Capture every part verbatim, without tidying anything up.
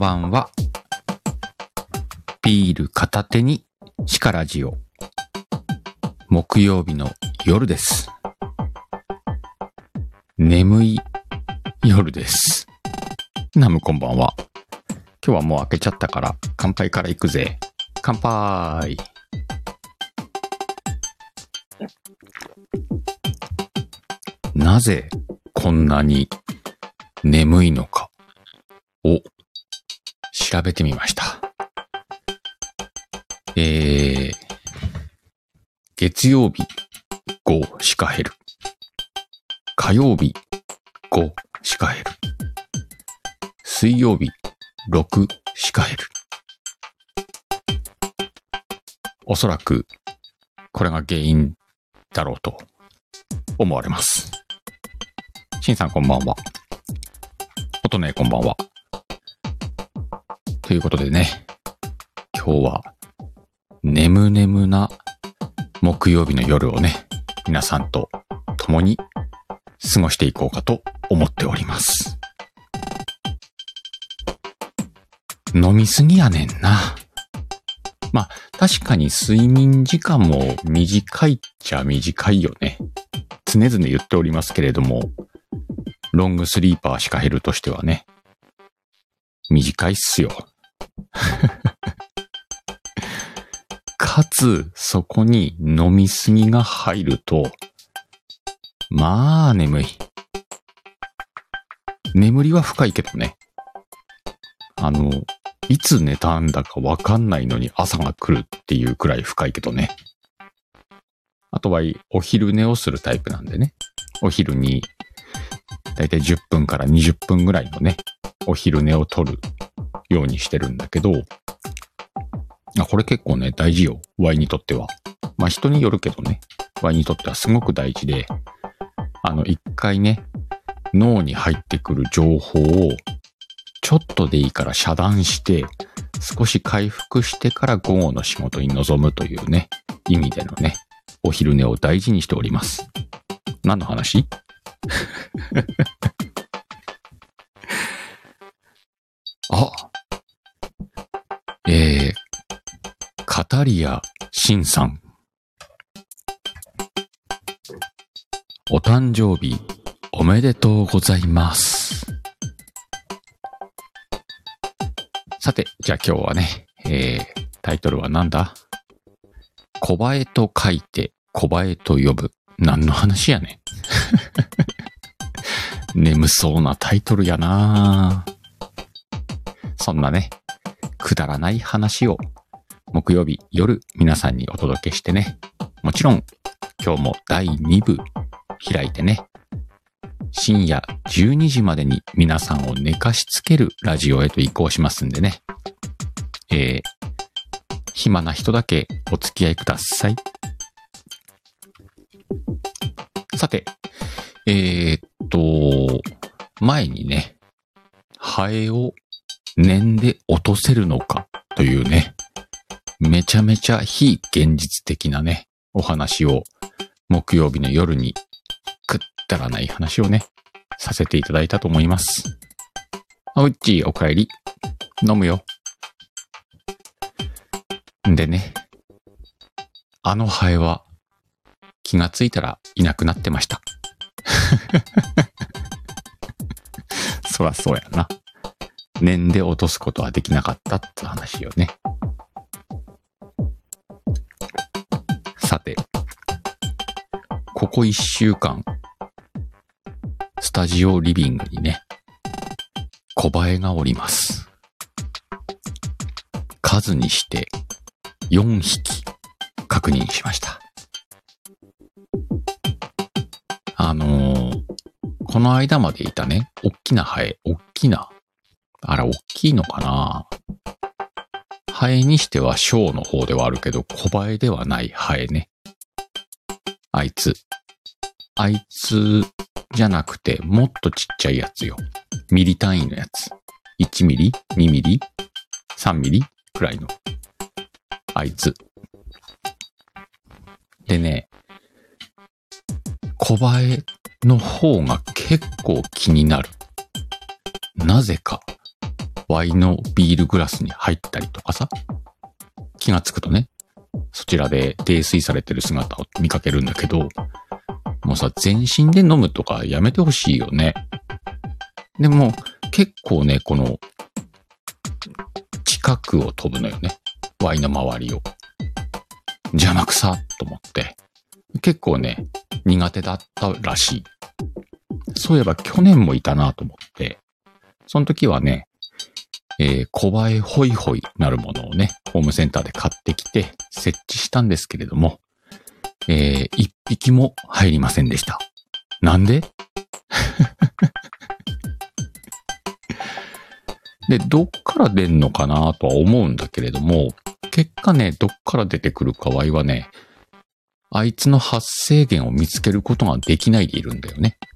ばんは。ビール片手にシカラジオ。木曜日の夜です。眠い夜です。ナムこんばんは。今日はもう開けちゃったから乾杯から行くぜ。乾杯。なぜこんなに眠いのかを調べてみました。えー、月曜日ごシカヘル、火曜日ごシカヘル、水曜日ろくシカヘル。おそらくこれが原因だろうと思われます。シンさんこんばんは。おとねこんばんは。ということでね、今日は眠眠な木曜日の夜をね、皆さんと共に過ごしていこうかと思っております。飲みすぎやねんな。まあ確かに睡眠時間も短いっちゃ短いよね。常々言っておりますけれども、ロングスリーパーシカヘルとしてはね、短いっすよ。かつ、そこに飲みすぎが入ると、まあ眠い。眠りは深いけどね。あの、いつ寝たんだかわかんないのに朝が来るっていうくらい深いけどね。あとはお昼寝をするタイプなんでね。お昼にだいたいじゅっぷんからにじゅっぷんぐらいのね、お昼寝を取るようにしてるんだけど、あ、これ結構ね、大事よ。ワイにとっては。まあ人によるけどね、ワイにとってはすごく大事で、あの一回ね、脳に入ってくる情報をちょっとでいいから遮断して、少し回復してから午後の仕事に臨むというね、意味でのね、お昼寝を大事にしております。何の話？あ、えー、カタリアシンさん。お誕生日おめでとうございます。さて、じゃあ今日はね、えー、タイトルはなんだ？小バエと書いて小バエと呼ぶ。何の話やねん。眠そうなタイトルやな。そんなね、くだらない話を木曜日夜皆さんにお届けしてね、もちろん今日もだいに部開いてね、深夜じゅうにじまでに皆さんを寝かしつけるラジオへと移行しますんでね、えー、暇な人だけお付き合いください。さて、えー、っと、前にね、ハエを念で落とせるのかというね、めちゃめちゃ非現実的なね、お話を木曜日の夜にくったらない話をね、させていただいたと思います。あ、うっちーお帰り。飲むよ。んでね、あのハエは気がついたらいなくなってました。そらそうやな。念で落とすことはできなかったって話よね。さて、ここ一週間、スタジオリビングにね、小バエがおります。数にしてよんひき確認しました。あのー、この間までいたね、おっきなハエ、おっきな、あら、おっきいのかな？ハエにしては小の方ではあるけど、小バエではないハエね。あいつ。あいつじゃなくて、もっとちっちゃいやつよ。ミリ単位のやつ。いちミリ？ に ミリ？ さん ミリくらいの。あいつ。でね、小バエの方が結構気になる。なぜか。 ワイのビールグラスに入ったりとかさ、気がつくとね、そちらで泥酔されてる姿を見かけるんだけど、もうさ、全身で飲むとかやめてほしいよね。でも、結構ね、この、近くを飛ぶのよね。ワイの周りを。邪魔くさと思って。結構ね、苦手だったらしい。そういえば去年もいたなと思って、その時はね、えー、小映えホイホイなるものをね、ホームセンターで買ってきて設置したんですけれども、えー、一匹も入りませんでした。なんでで、どっから出んのかなとは思うんだけれども、結果ね、どっから出てくるかワイはね、あいつの発生源を見つけることができないでいるんだよね。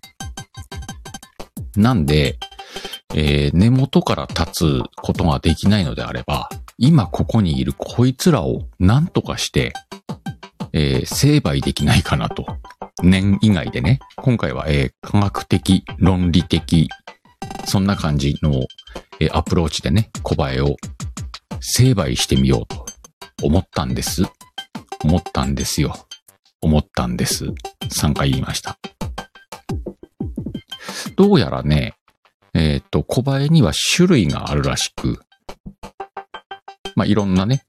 なんで、えー、根元から立つことができないのであれば、今ここにいるこいつらを何とかして、えー、成敗できないかなと。念以外でね。今回は、えー、科学的、論理的、そんな感じの、えー、アプローチでね、小映えを成敗してみようと思ったんです。思ったんですよ。思ったんです。さんかい言いました。どうやらね、えっと、小映えには種類があるらしく、まあ、いろんなね、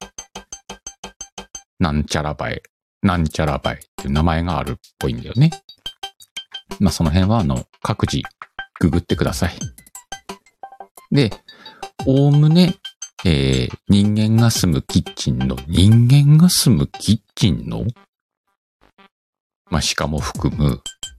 なんちゃら映え、なんちゃら映えっていう名前があるっぽいんだよね。まあ、その辺はあの、各自ググってください。で、おおむね、えー、人間が住むキッチンの、人間が住むキッチンの、まあ、鹿も含む、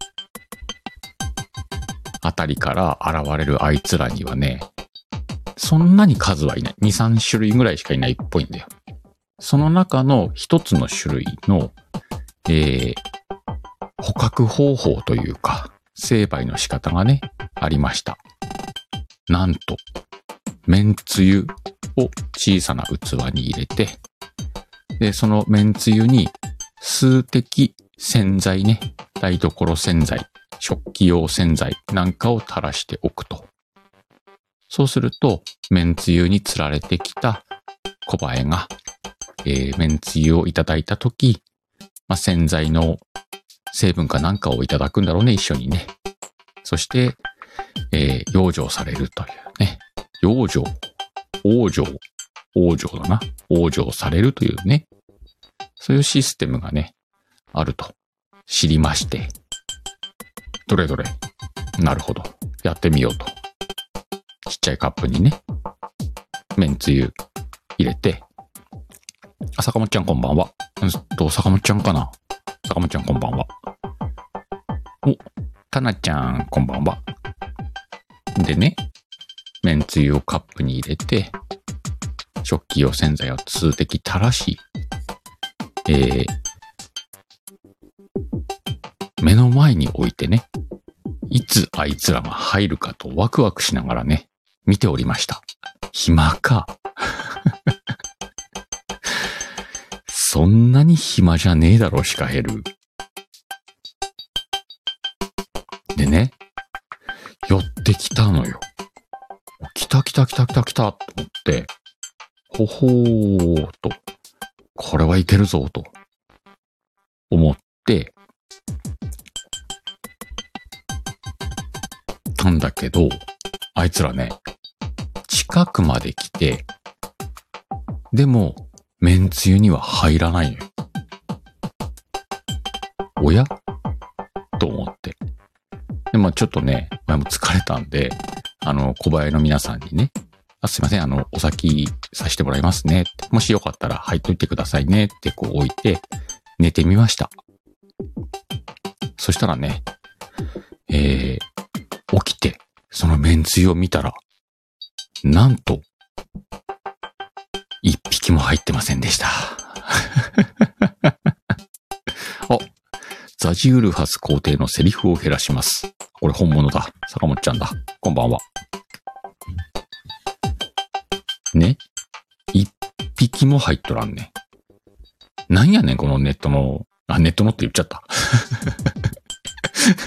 あたりから現れるあいつらにはね、そんなに数はいない。に、さん種類ぐらいしかいないっぽいんだよ。その中の一つの種類の、えー、捕獲方法というか、成敗の仕方がね、ありました。なんと、めんつゆを小さな器に入れて、で、そのめんつゆに数滴洗剤ね、台所洗剤、食器用洗剤なんかを垂らしておくと。そうすると、めんつゆにつられてきた小映えが、えー、めんつゆをいただいたとき、まあ、洗剤の成分かなんかをいただくんだろうね、一緒にね。そして、えー、養生されるというね。養生、往生、往生だな。往生されるというね。そういうシステムがね、あると知りまして。どれどれ。なるほど。やってみようと。ちっちゃいカップにね、めんつゆ入れて、あ、坂本ちゃんこんばんは。うんと、坂本ちゃんかな。坂本ちゃんこんばんは。お、たなちゃんこんばんは。でね、めんつゆをカップに入れて、食器用洗剤を数滴垂らし、えー、目の前に置いてね、いつあいつらが入るかとワクワクしながらね、見ておりました。暇か。そんなに暇じゃねえだろ、シカヘル。でね、寄ってきたのよ。来た来た来た来た来たと思って、ほほーと、これはいけるぞと思って、たんだけど、あいつらね、近くまで来て、でも、めんつゆには入らないのよ。おやと思って。で、まあちょっとね、前も疲れたんで、あの、小映えの皆さんにね、あ、すいません、あの、お先させてもらいますねって。もしよかったら入っといてくださいねってこう置いて、寝てみました。そしたらね、えー、起きて、そのめんつゆを見たら、なんと、一匹も入ってませんでした。あ、ザジウルハス皇帝のセリフを減らします。これ本物だ。坂本ちゃんだ。こんばんは。ね。一匹も入っとらんね。なんやねん、このネットの、あ、ネットのって言っちゃった。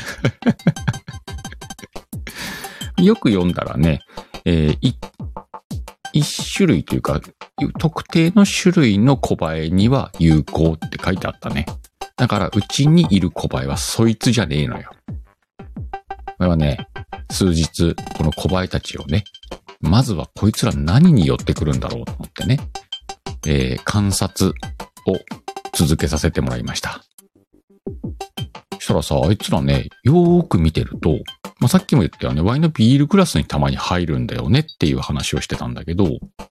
よく読んだらね、えー、い、 一種類というか、特定の種類のコバエには有効って書いてあったね。だから、うちにいるコバエはそいつじゃねえのよ。これはね、数日、このコバエたちをね、まずはこいつら何に寄ってくるんだろうと思ってね、えー、観察を続けさせてもらいました。そしたらさ、あいつらね、よーく見てると、まあ、さっきも言ったよね、ワインのビールグラスにたまに入るんだよねっていう話をしてたんだけど、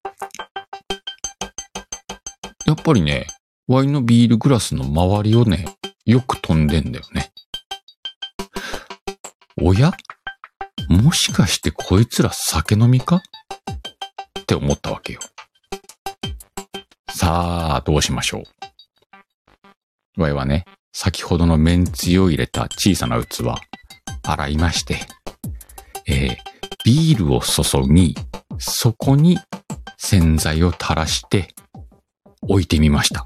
やっぱりね、ワインのビールグラスの周りをね、よく飛んでんだよね。おや？もしかしてこいつら酒飲みか？って思ったわけよ。さあ、どうしましょう。ワイはね、先ほどのめんつゆを入れた小さな器、洗いまして、えー、ビールを注ぎ、そこに洗剤を垂らして置いてみました。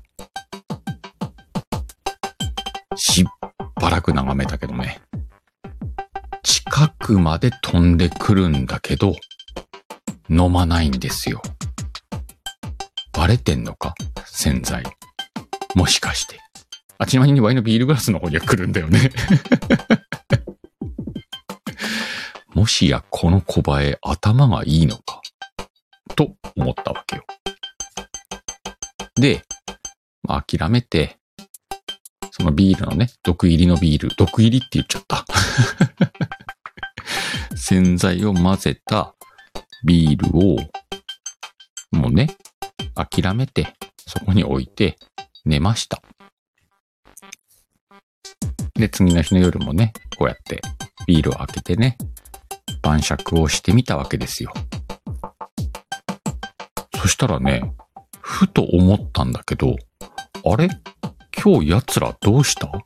しばらく眺めたけどね。近くまで飛んでくるんだけど、飲まないんですよ。バレてんのか？洗剤。もしかして。あ、ちなみにワインのビールグラスの方には来るんだよね。もしやこの小バエ頭がいいのかと思ったわけよ。で、まあ、諦めて、そのビールのね、毒入りのビール、毒入りって言っちゃった。洗剤を混ぜたビールを、もうね、諦めて、そこに置いて寝ました。で、次の日の夜もね、こうやってビールを開けてね、晩酌をしてみたわけですよ。そしたらね、ふと思ったんだけど、あれ？今日奴らどうした？あ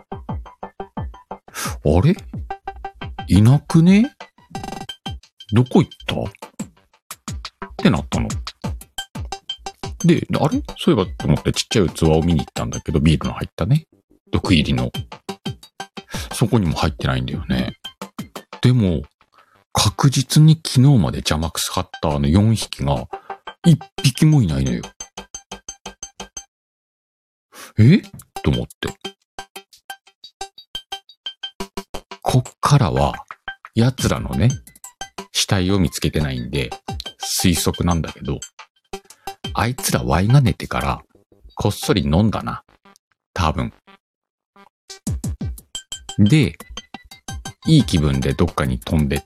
れ？いなくね？どこ行ったってなったの。で、あれ？そういえばと思ってちっちゃい器を見に行ったんだけど、ビールの入ったね。毒入りの。そこにも入ってないんだよね。でも、確実に昨日まで邪魔くさかったあのよんひきが、いっぴきもいないのよ。え？と思って。こっからは、奴らのね、死体を見つけてないんで、推測なんだけど、あいつらワイが寝てから、こっそり飲んだな。多分。で、いい気分でどっかに飛んでって、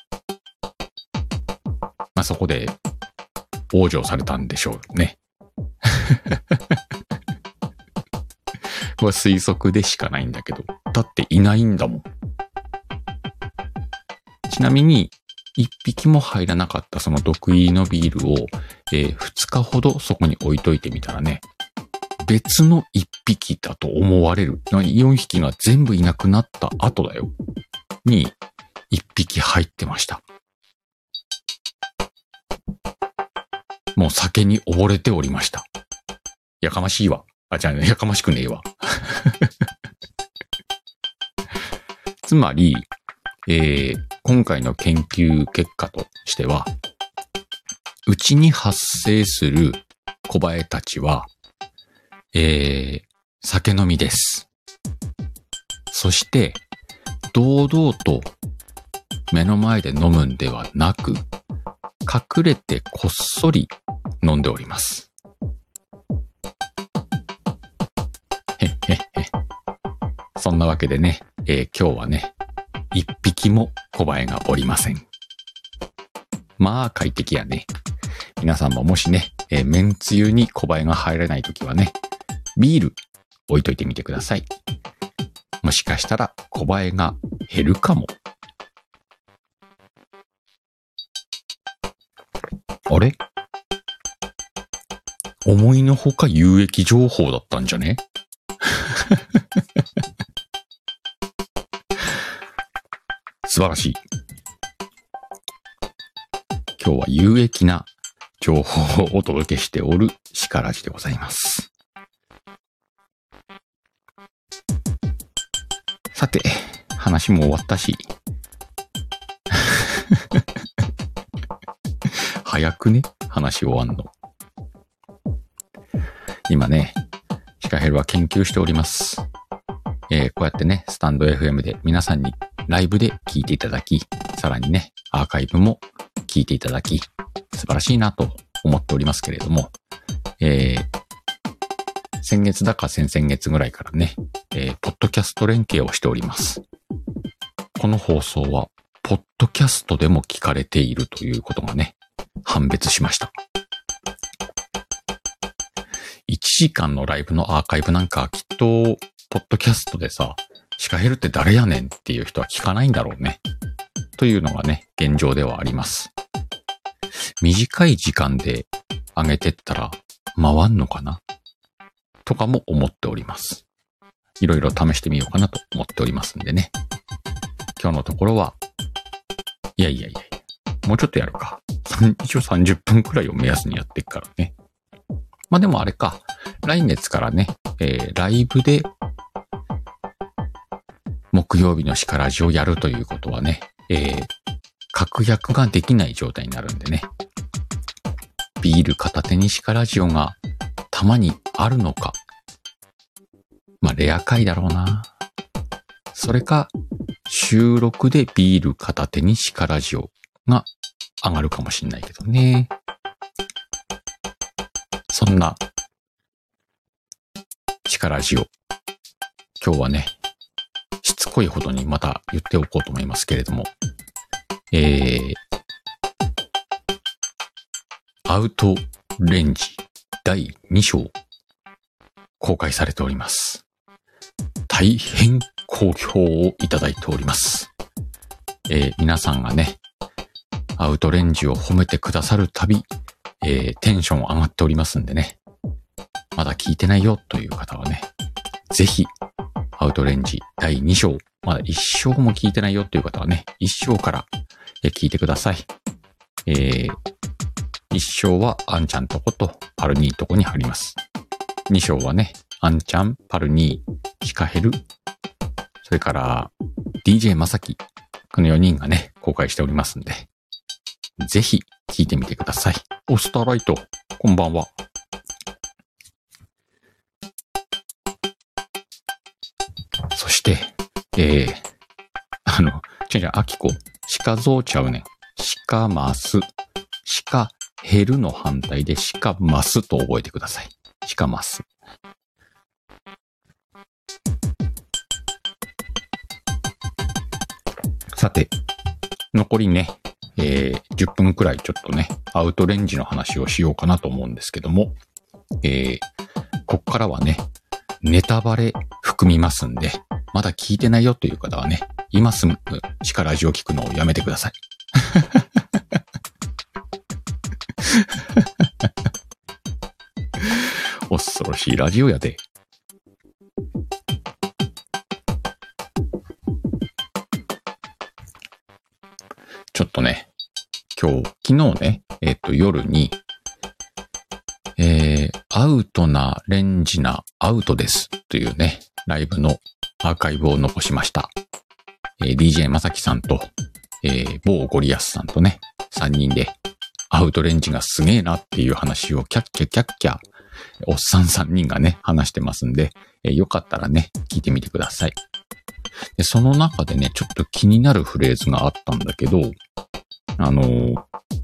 まあ、そこで、往生されたんでしょうね。これ推測でしかないんだけど、だっていないんだもん。ちなみに、一匹も入らなかったその毒入りのビールを、えー、二日ほどそこに置いといてみたらね、別の一匹だと思われる。四匹が全部いなくなった後だよ。に、一匹入ってました。もう酒に溺れておりました。やかましいわ。あ、じゃあね、やかましくねえわ。つまり、えー、今回の研究結果としては、うちに発生する小バエたちは、えー、酒飲みです。そして、堂々と目の前で飲むんではなく、隠れてこっそり飲んでおります。へっへっへ。そんなわけでね、えー、今日はね、一匹も小バエがおりません。まあ快適やね。皆さんももしね、えー、めんつゆに小バエが入れないときはね、ビール置いといてみてください。もしかしたら小バエが減るかも。あれ？思いのほか有益情報だったんじゃね？素晴らしい。今日は有益な情報をお届けしておるシカラジでございます。さて、話も終わったし、 早くね、話終わんの。今ね、シカヘルは研究しております。えー、こうやってね、スタンド エフエム で皆さんにライブで聞いていただき、さらにね、アーカイブも聞いていただき、素晴らしいなと思っておりますけれども、えー、先月だか先々月ぐらいからね、えー、ポッドキャスト連携をしております。この放送は、ポッドキャストでも聞かれているということがね、判別しました。いちじかんのライブのアーカイブなんかきっと、ポッドキャストでさ、シカヘルって誰やねんっていう人は聞かないんだろうね。というのがね、現状ではあります。短い時間で上げてったら回んのかなとかも思っております。いろいろ試してみようかなと思っておりますんでね。今日のところは、いやいやいやいや、もうちょっとやるか。一応さんじゅっぷんくらいを目安にやっていくからね。まあでもあれか、来月からね、えー、ライブで木曜日のシカラジをやるということはね、えー、確約ができない状態になるんでね。ビール片手にシカラジオがたまにあるのか。まあレア回だろうな。それか、収録でビール片手にシカラジオが上がるかもしんないけどね。そんな、シカラジオ。今日はね、しつこいほどにまた言っておこうと思いますけれども、えー、アウトレンジだいに章公開されております。大変好評をいただいております。えー、皆さんがね、アウトレンジを褒めてくださるたび、えー、テンション上がっておりますんでね、まだ聞いてないよという方はね、ぜひ、アウトレンジだいに章、まだいち章も聞いてないよという方はね、いち章から聞いてください。えー、いち章はアンちゃんとことパルニーとこに貼ります。に章はね、アンちゃん、パルニー、シカヘル、それから ディージェー まさき、このよにんがね、公開しておりますんで、ぜひ聞いてみてください。お、スターライト、こんばんは。そして、えー、あの、ちゃちゃ、アキコ、シカゾウちゃうねん。シカマス。シカヘルの反対でシカマスと覚えてください。シカマス。さて、残りね、えー、じゅっぷんくらいちょっとね、アウトレンジの話をしようかなと思うんですけども、えー、こっからはね、ネタバレ含みますんで、まだ聞いてないよという方はね、今すぐシカラジを聞くのをやめてください。恐ろしいラジオやで。ちょっとね、今日、昨日ね、えっと、夜に、えー、アウトなレンジなアウトですというね、ライブのアーカイブを残しました。えー、ディージェー まさきさんと、えー、某ゴリアスさんとね、さんにんで、アウトレンジがすげえなっていう話をキャッキャキャッキャ、おっさんさんにんがね、話してますんで、えー、よかったらね、聞いてみてください。で、その中でね、ちょっと気になるフレーズがあったんだけど、あのー、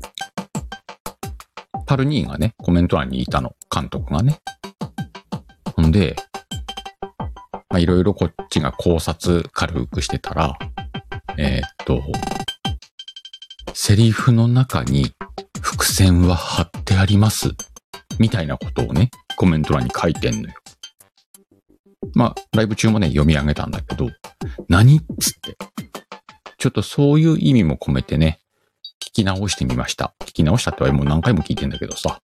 パルニーがね、コメント欄にいたの、監督がね。ほんで、まあ、いろいろこっちが考察軽くしてたら、えー、っと、セリフの中に伏線は貼ってあります。みたいなことをね、コメント欄に書いてんのよ。まあ、ライブ中もね、読み上げたんだけど、何っつって。ちょっとそういう意味も込めてね、聞き直してみました。聞き直したってはもう何回も聞いてんだけどさ。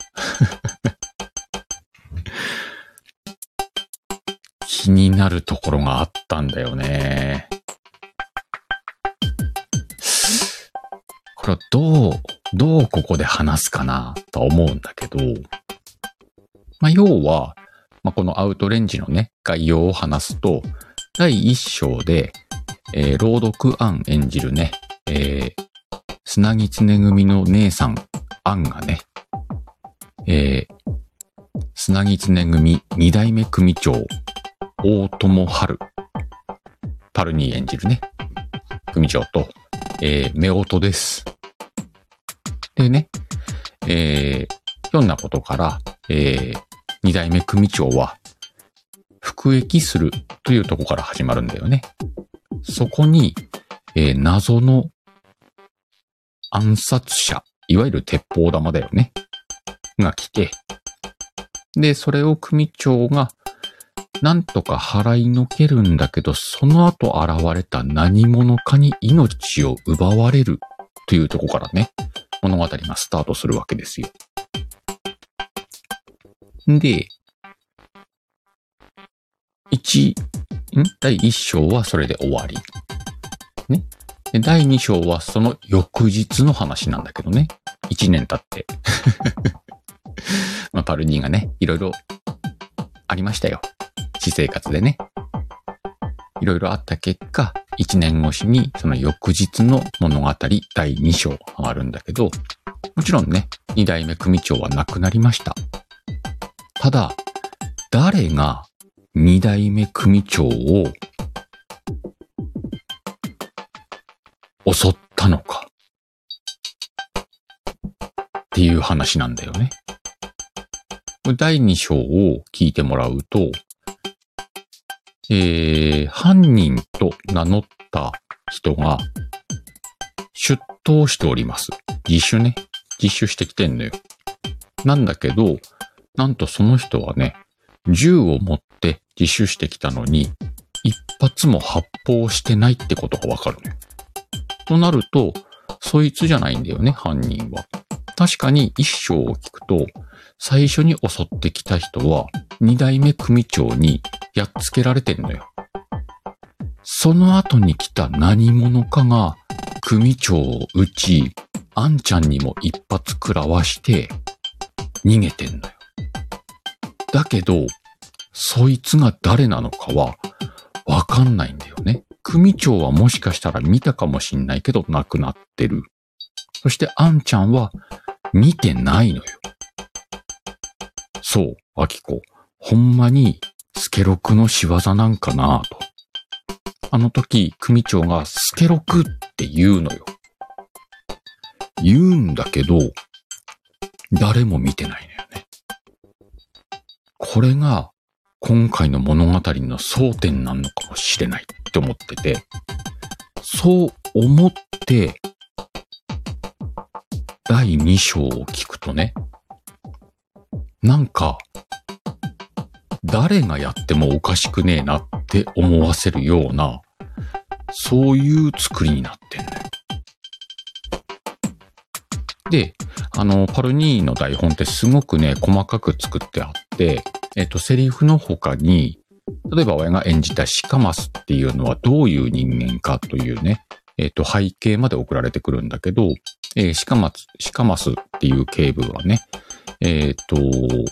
気になるところがあったんだよね。これはどう、どうここで話すかなと思うんだけど、まあ、要は、まあ、このアウトレンジのね、概要を話すと、だいいっ章で、えー、朗読案演じるね、えー、砂木つね組の姉さん案がね、えー、砂狐組二代目組長、大友春、パルニー演じるね、組長と、えー、夫婦です。でね、えー、ひょんなことから、えー、二代目組長は、服役するというとこから始まるんだよね。そこに、えー、謎の暗殺者、いわゆる鉄砲玉だよね。が来て、で、それを組長が、なんとか払いのけるんだけど、その後現れた何者かに命を奪われるというとこからね、物語がスタートするわけですよ。で、一、ん第一章はそれで終わり。ね。で第二章はその翌日の話なんだけどね。一年経って。まあ、パルニーがね、いろいろありましたよ。私生活でね。いろいろあった結果、一年越しにその翌日の物語第二章があるんだけど、もちろんね、二代目組長は亡くなりました。ただ、誰が二代目組長を襲ったのかっていう話なんだよね。第二章を聞いてもらうと、えー、犯人と名乗った人が出頭しております。自首ね。自首してきてんのよ。なんだけど、なんとその人はね、銃を持って自首してきたのに、一発も発砲してないってことがわかるのよ。となると、そいつじゃないんだよね、犯人は。確かに一章を聞くと、最初に襲ってきた人は、二代目組長にやっつけられてんのよ。その後に来た何者かが、組長を撃ち、あんちゃんにも一発食らわして、逃げてんのよ。だけど、そいつが誰なのかは、わかんないんだよね。組長はもしかしたら見たかもしんないけど亡くなってる。そしてあんちゃんは見てないのよ。そう、あきこ。ほんまにスケロクの仕業なんかなぁと。あの時、組長がスケロクって言うのよ。言うんだけど、誰も見てないのよね。これが今回の物語の争点なのかもしれないって思ってて、そう思ってだいに章を聞くとね、なんか誰がやってもおかしくねえなって思わせるような、そういう作りになってんのよ。で、あの、パルニーの台本ってすごくね、細かく作ってあって、えっと、セリフの他に、例えば親が演じたシカマスっていうのはどういう人間かというね、えっと、背景まで送られてくるんだけど、えー、シカマス、シカマスっていう警部はね、えっと、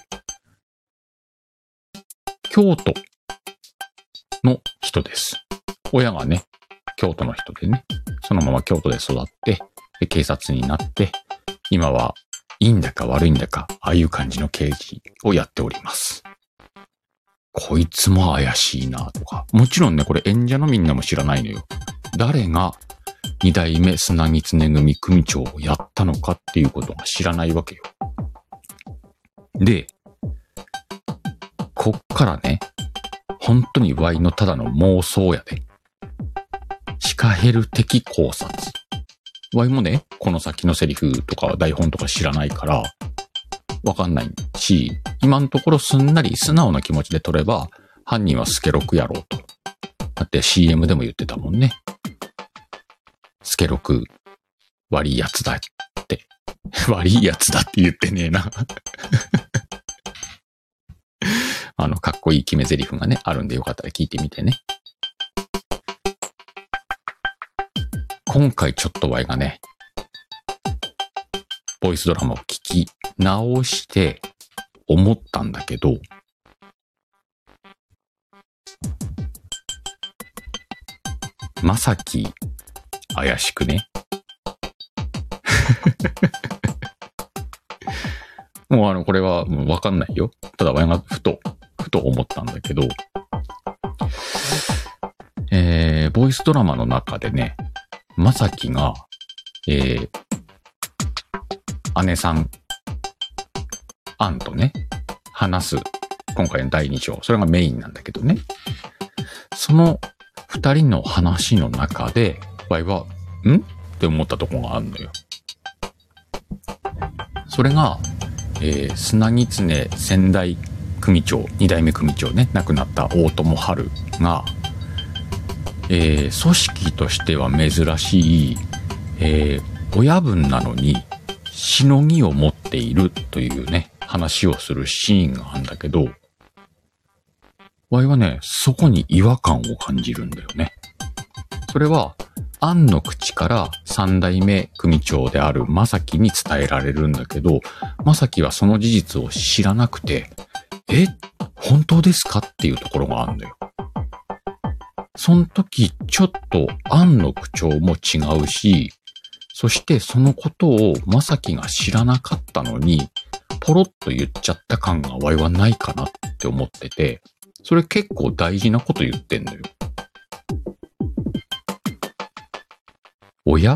京都の人です。親がね、京都の人でね、そのまま京都で育って、警察になって、今はいいんだか悪いんだか、ああいう感じの刑事をやっております。こいつも怪しいなとか。もちろんね、これ演者のみんなも知らないのよ。誰が二代目砂狐組組長をやったのかっていうことが知らないわけよ。で、こっからね、本当にワイのただの妄想やで。シカヘル的考察。ワイもね、この先のセリフとか台本とか知らないから、わかんないし、今のところすんなり素直な気持ちで撮れば、犯人はスケロクやろうと。だって シーエム でも言ってたもんね。スケロク、悪いやつだって。悪いやつだって言ってねえな。あの、かっこいい決め台詞がね、あるんでよかったら聞いてみてね。今回ちょっとワイがね、ボイスドラマを聞き直して思ったんだけど、まさき怪しくね。 もうあの、これはもうわかんないよ。ただ、わがふと、ふと思ったんだけど、えー、ボイスドラマの中でね、まさきが、えー、姉さん、アンとね、話す、今回のだいに章、それがメインなんだけどね。その二人の話の中で、わいは、んって思ったとこがあるのよ。それが、えー、砂狐先代組長、二代目組長ね、亡くなった大友春が、えー、組織としては珍しい、えー、親分なのに、しのぎを持っているというね、話をするシーンがあるんだけど、わいはね、そこに違和感を感じるんだよね。それは、アンの口から三代目組長であるまさきに伝えられるんだけど、まさきはその事実を知らなくて、え、本当ですかっていうところがあるんだよ。その時、ちょっとアンの口調も違うし、そしてそのことをまさきが知らなかったのに、ポロッと言っちゃった感がわいはないかなって思ってて、それ結構大事なこと言ってんのよ。おや？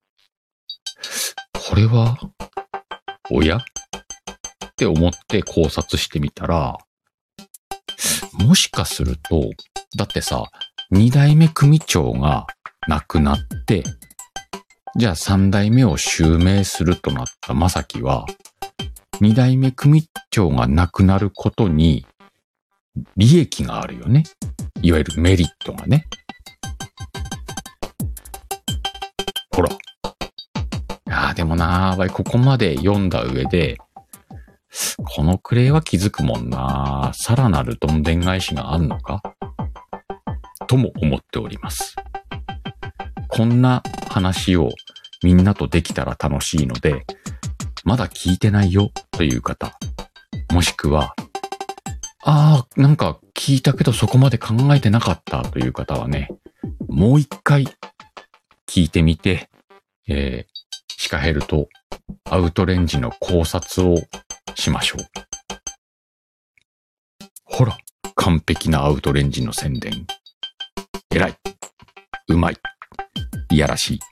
これは、おや？って思って考察してみたら、もしかすると、だってさ、二代目組長が亡くなって、じゃあ三代目を襲名するとなったまさきは、二代目組長が亡くなることに利益があるよね。いわゆるメリットがね。ほら。いやーでもなー、ここまで読んだ上で、このクレイは気づくもんなー。さらなるどんでん返しがあんのかとも思っております。こんな話をみんなとできたら楽しいので、まだ聞いてないよという方、もしくは、ああ、なんか聞いたけどそこまで考えてなかったという方はね、もう一回聞いてみて、えー、シカヘルとアウトレンジの考察をしましょう。ほら、完璧なアウトレンジの宣伝。偉い。うまい。いやらしい。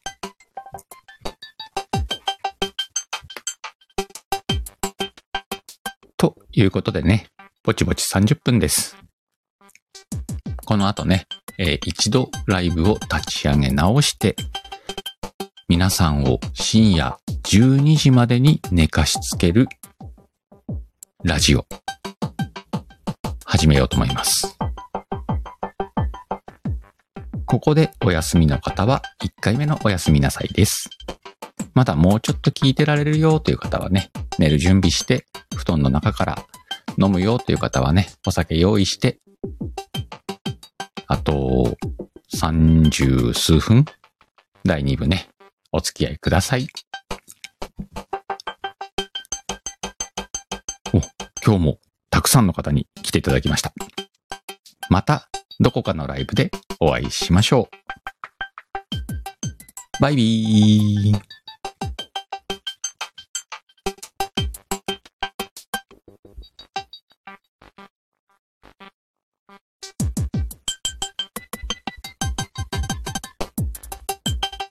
ということでね、ぼちぼちさんじゅっぷんです。この後ね、えー、一度ライブを立ち上げ直して、皆さんを深夜じゅうにじまでに寝かしつけるラジオ、始めようと思います。ここでお休みの方はいっかいめのお休みなさいです。まだもうちょっと聞いてられるよという方はね、寝る準備して、布団の中から飲むよという方はね、お酒用意して、あと、三十数分、だいに部ね、お付き合いください。お、今日もたくさんの方に来ていただきました。また、どこかのライブでお会いしましょう。バイビー。